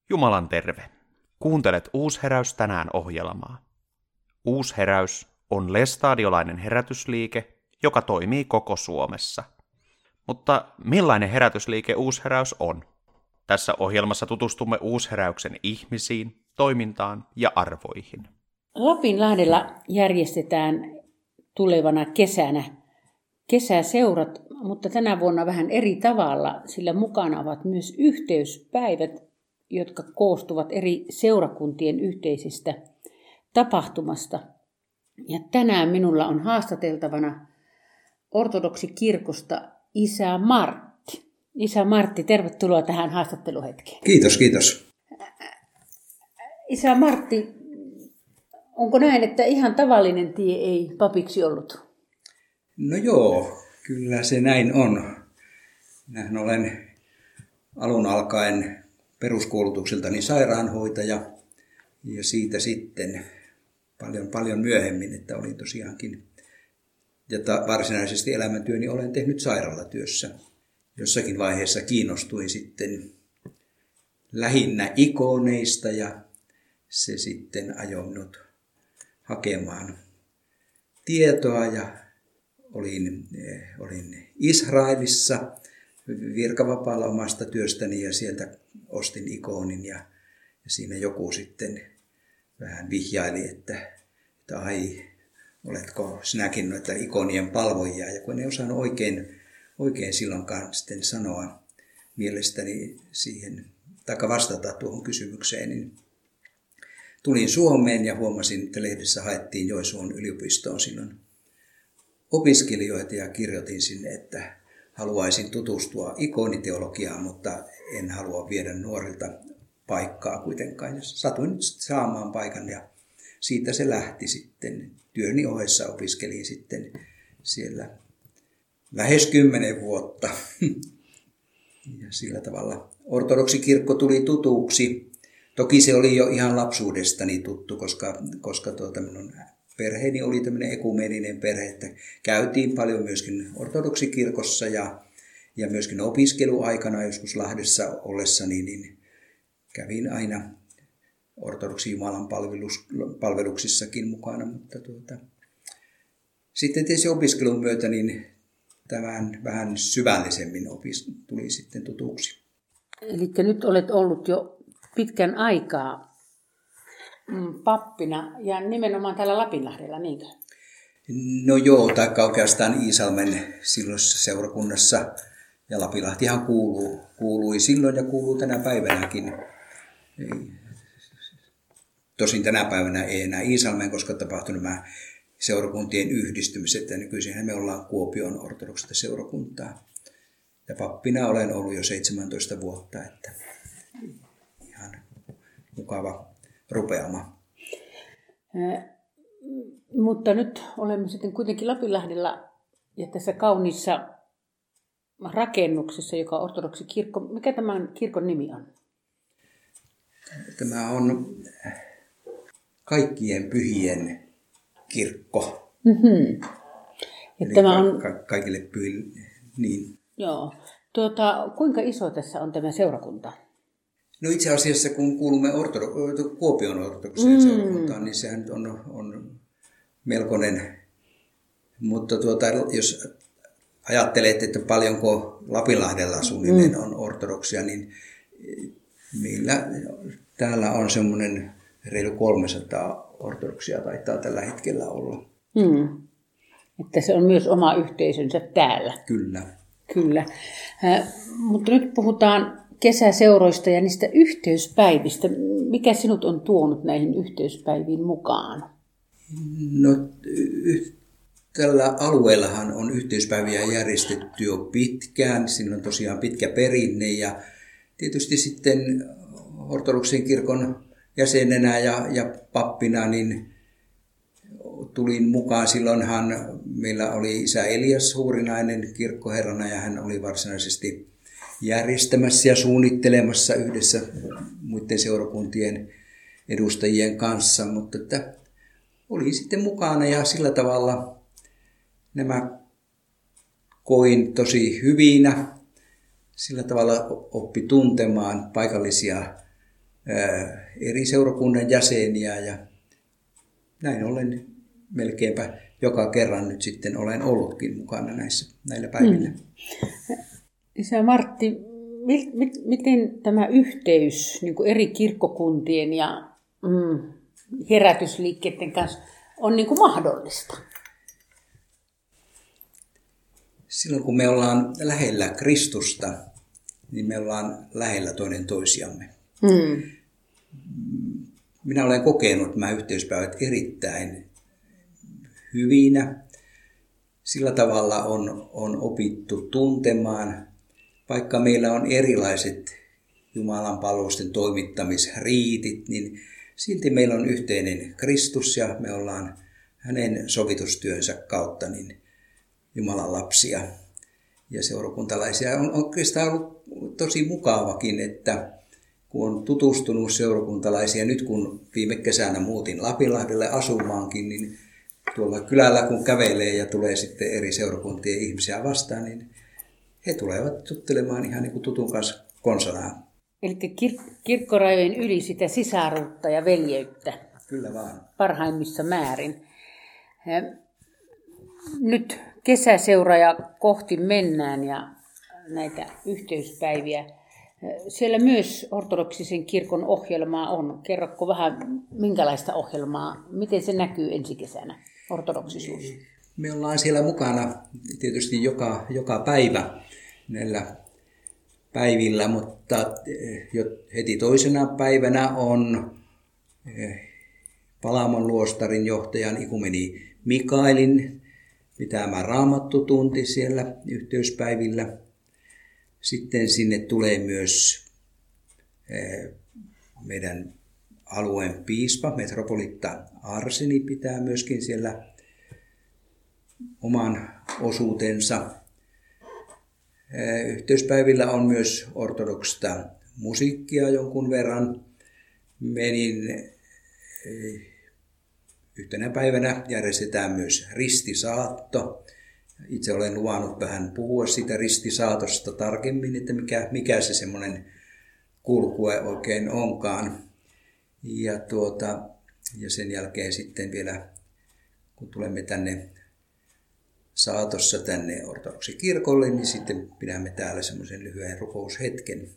Jumalan terve. Kuuntelet Uusheräys tänään -ohjelmaa. Uusheräys on lestadiolainen herätysliike, joka toimii koko Suomessa. Mutta millainen herätysliike Uusheräys on? Tässä ohjelmassa tutustumme Uusheräyksen ihmisiin, toimintaan ja arvoihin. Lapinlahdella järjestetään tulevana kesänä kesäseurat, mutta tänä vuonna vähän eri tavalla, sillä mukana ovat myös yhteyspäivät, jotka koostuvat eri seurakuntien yhteisistä tapahtumasta. Ja tänään minulla on haastateltavana ortodoksikirkosta Isä Martti. Isä Martti, tervetuloa tähän haastatteluhetkeen. Kiitos. Isä Martti, onko näin, että ihan tavallinen tie ei papiksi ollut? No joo, kyllä se näin on. Minähän olen alun alkaen peruskoulutukseltani sairaanhoitaja ja siitä sitten paljon myöhemmin, että olin tosiaankin, ja varsinaisesti elämäntyöni olen tehnyt sairaalatyössä. Jossakin vaiheessa kiinnostuin sitten lähinnä ikoneista ja se sitten ajoi minut hakemaan tietoa ja olin Israelissa virkavapaalla omasta työstäni ja sieltä ostin ikonin ja siinä joku sitten vähän vihjaili, että ai, oletko sinäkin noita ikonien palvojia, ja kun en osannut oikein silloinkaan sitten sanoa mielestäni siihen, tai vastata tuohon kysymykseen, niin tulin Suomeen ja huomasin, että lehdessä haettiin Joensuun yliopistoon silloin opiskelijoita ja kirjoitin sinne, että haluaisin tutustua ikoniteologiaan, mutta en halua viedä nuorilta paikkaa kuitenkaan. Ja satuin nyt saamaan paikan ja siitä se lähti sitten. Työni ohessa opiskelin sitten siellä lähes 10 vuotta. Ja sillä tavalla ortodoksikirkko tuli tutuksi. Toki se oli jo ihan lapsuudestani tuttu, koska minun perheeni oli tämmöinen ekumeeninen perhe, että käytiin paljon myöskin ortodoksikirkossa ja myöskin opiskeluaikana joskus Lahdessa ollessani, niin kävin aina ortodoksi Jumalan palveluksissakin mukana, mutta sitten tietysti opiskelun myötä niin tämän vähän syvällisemmin tuli sitten tutuksi. Eli nyt olet ollut jo pitkän aikaa pappina ja nimenomaan täällä Lapinlahdella, niinkö? No joo, taikka oikeastaan Iisalmen silloisessa seurakunnassa. Ja Lapinlahtihan kuului silloin ja kuuluu tänä päivänäkin. Tosin tänä päivänä ei enää Iisalmeen, koska tapahtui nämä seurakuntien yhdistymiset. Ja nykyisinhän me ollaan Kuopion ortodoksista seurakuntaa. Ja pappina olen ollut jo 17 vuotta, että ihan mukava rupeama. Mutta nyt olemme sitten kuitenkin Lapinlahdella ja tässä kauniissa rakennuksessa, joka on ortodoksikirkko. Mikä tämän kirkon nimi on? Tämä on Kaikkien pyhien kirkko. Mm-hmm. Eli tämä on kaikille pyhille. Niin. Joo. Kuinka iso tässä on tämä seurakunta? No itse asiassa kun kuulumme Kuopion ortodokseen seurakuntaan, niin sehän nyt on melkoinen. Mutta jos ajattelet, että paljonko Lapinlahdella suunnilleen on ortodoksia, niin meillä täällä on semmoinen reilu 300 ortodoksia taitaa tällä hetkellä olla. Että se on myös oma yhteisönsä täällä. Kyllä. Mutta nyt puhutaan kesäseuroista ja niistä yhteyspäivistä. Mikä sinut on tuonut näihin yhteyspäiviin mukaan? No, tällä alueellahan on yhteyspäiviä järjestetty jo pitkään. Siinä on tosiaan pitkä perinne ja tietysti sitten ortodoksen kirkon jäsenenä ja pappina niin tulin mukaan. Silloinhan meillä oli isä Elias Huurinainen kirkkoherrana ja hän oli varsinaisesti järjestämässä ja suunnittelemassa yhdessä muiden seurakuntien edustajien kanssa, mutta että olin sitten mukana ja sillä tavalla nämä koin tosi hyvinä. Sillä tavalla oppi tuntemaan paikallisia eri seurakunnan jäseniä ja näin ollen melkeinpä joka kerran nyt sitten olen ollutkin mukana näillä päivillä. Isä Martti, miten tämä yhteys niin kuin eri kirkkokuntien ja herätysliikkeiden kanssa on niin kuin mahdollista? Silloin kun me ollaan lähellä Kristusta, niin me ollaan lähellä toinen toisiamme. Minä olen kokenut nämä yhteyspäivät erittäin hyvinä. Sillä tavalla on opittu tuntemaan, vaikka meillä on erilaiset Jumalan palvelusten toimittamisriitit, niin silti meillä on yhteinen Kristus ja me ollaan hänen sovitustyönsä kautta niin Jumalan lapsia ja seurakuntalaisia. On oikeastaan ollut tosi mukavakin, että kun on tutustunut seurakuntalaisia, nyt kun viime kesänä muutin Lapinlahdelle asumaankin, niin tuolla kylällä kun kävelee ja tulee sitten eri seurakuntien ihmisiä vastaan, niin he tulevat juttelemaan ihan niin kuin tutun kanssa konsanaan. Eli kirkkorajojen yli sitä sisaruutta ja veljeyttä. Kyllä vaan. Parhaimmissa määrin. Nyt kesäseuraa kohti mennään ja näitä yhteyspäiviä. Siellä myös ortodoksisen kirkon ohjelmaa on. Kerrotko vähän, minkälaista ohjelmaa, miten se näkyy ensi kesänä, ortodoksisuus? Me ollaan siellä mukana tietysti joka päivä näillä päivillä, mutta jo heti toisena päivänä on Palamon luostarin johtajan ikumeni Mikaelin pitämä raamattutunti siellä yhteyspäivillä. Sitten sinne tulee myös meidän alueen piispa, metropolitta Arseni pitää myöskin siellä oman osuutensa. Yhteyspäivillä on myös ortodoksista musiikkia jonkun verran. Menin yhtenä päivänä järjestetään myös ristisaatto. Itse olen luvannut vähän puhua siitä ristisaatosta tarkemmin, että mikä se semmoinen kulkue oikein onkaan. Ja sen jälkeen sitten vielä, kun tulemme tänne saatossa tänne ortodoksikirkolle, niin sitten pidämme täällä semmoisen lyhyen rukoushetken.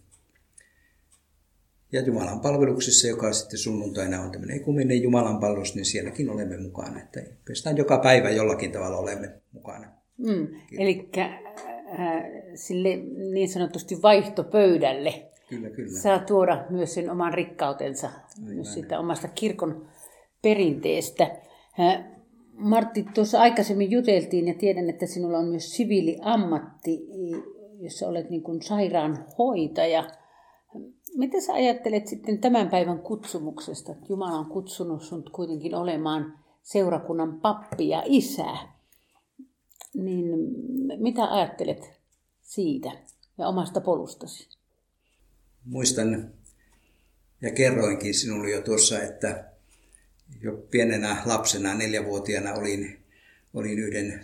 Ja Jumalan palveluksessa, joka sitten sunnuntaina on tämmöinen ekumenen Jumalan palvelus, niin sielläkin olemme mukana. Että oikeastaan joka päivä jollakin tavalla olemme mukana. Eli sille niin sanotusti vaihtopöydälle Kyllä. saa tuoda myös sen oman rikkautensa, myös siitä omasta kirkon perinteestä. Martti, tuossa aikaisemmin juteltiin ja tiedän, että sinulla on myös siviiliammatti, jossa olet niin kuin sairaanhoitaja. Mitä sä ajattelet sitten tämän päivän kutsumuksesta? Jumala on kutsunut sinut kuitenkin olemaan seurakunnan pappi ja isä. Niin mitä ajattelet siitä ja omasta polustasi? Muistan ja kerroinkin sinulle jo tuossa, että jo pienenä lapsena, 4-vuotiaana olin yhden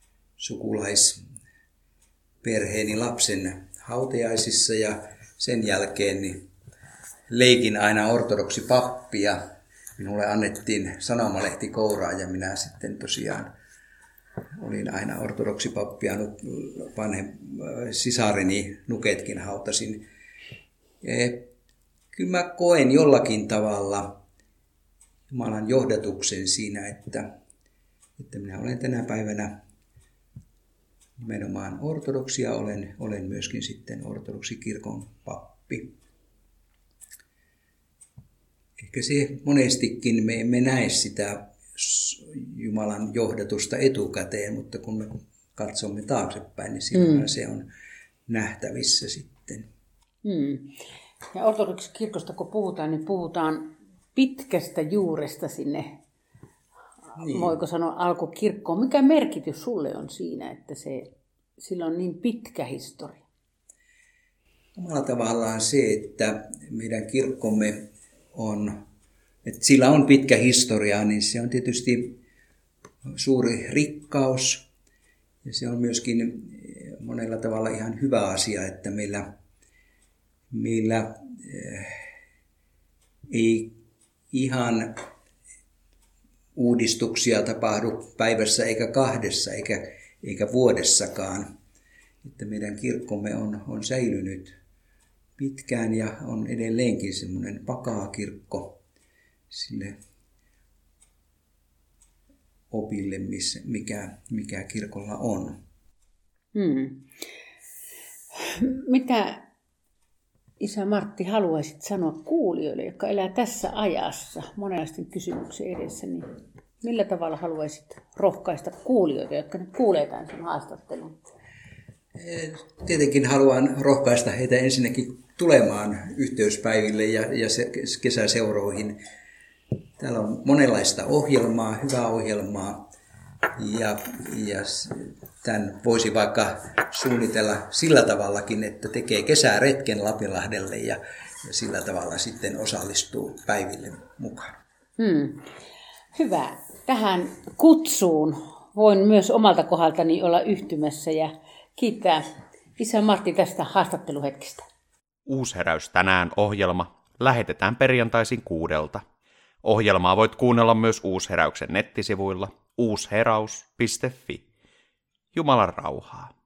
sukulaisperheeni lapsen hautajaisissa ja sen jälkeen niin leikin aina ortodoksi pappia. Minulle annettiin sanomalehti kouraan ja minä sitten tosiaan olin aina ortodoksi pappia, sisareni nuketkin hautasin. Kyllä mä koen jollakin tavalla Jumalan johdatuksen siinä, että minä olen tänä päivänä nimenomaan ortodoksia, olen myöskin sitten ortodoksikirkon pappi. Ehkä se monestikin me emme näe sitä Jumalan johdatusta etukäteen, mutta kun me katsomme taaksepäin, niin silloin se on nähtävissä sitten. Ja ortodoksikirkosta kun puhutaan, niin puhutaan pitkästä juuresta sinne, voiko sanoa, alkukirkkoon. Mikä merkitys sulle on siinä, että sillä on niin pitkä historia? Omalla tavallaan se, että meidän kirkkomme että sillä on pitkä historia, niin se on tietysti suuri rikkaus. Ja se on myöskin monella tavalla ihan hyvä asia, että meillä ei ihan uudistuksia tapahdu päivässä eikä kahdessa eikä vuodessakaan. Että meidän kirkkomme on säilynyt pitkään ja on edelleenkin semmoinen vakaa kirkko sille opille, mikä kirkolla on. Mitä isä Martti haluaisit sanoa kuulijoille, jotka elää tässä ajassa monenlaisten kysymyksen edessä, niin millä tavalla haluaisit rohkaista kuulijoita, jotka nyt kuulee tämän sun haastattelun? Tietenkin haluan rohkaista heitä ensinnäkin tulemaan yhteyspäiville ja kesäseuroihin. Täällä on monenlaista ohjelmaa, hyvää ohjelmaa ja tämän voisi vaikka suunnitella sillä tavallakin, että tekee kesäretken Lapinlahdelle ja sillä tavalla sitten osallistuu päiville mukaan. Hyvä. Tähän kutsuun voin myös omalta kohdaltani olla yhtymässä ja kiittää isä Martti tästä haastatteluhetkestä. Uusheräys tänään -ohjelma lähetetään perjantaisin 6. Ohjelmaa voit kuunnella myös Uusheräyksen nettisivuilla uusheraus.fi. Jumalan rauhaa.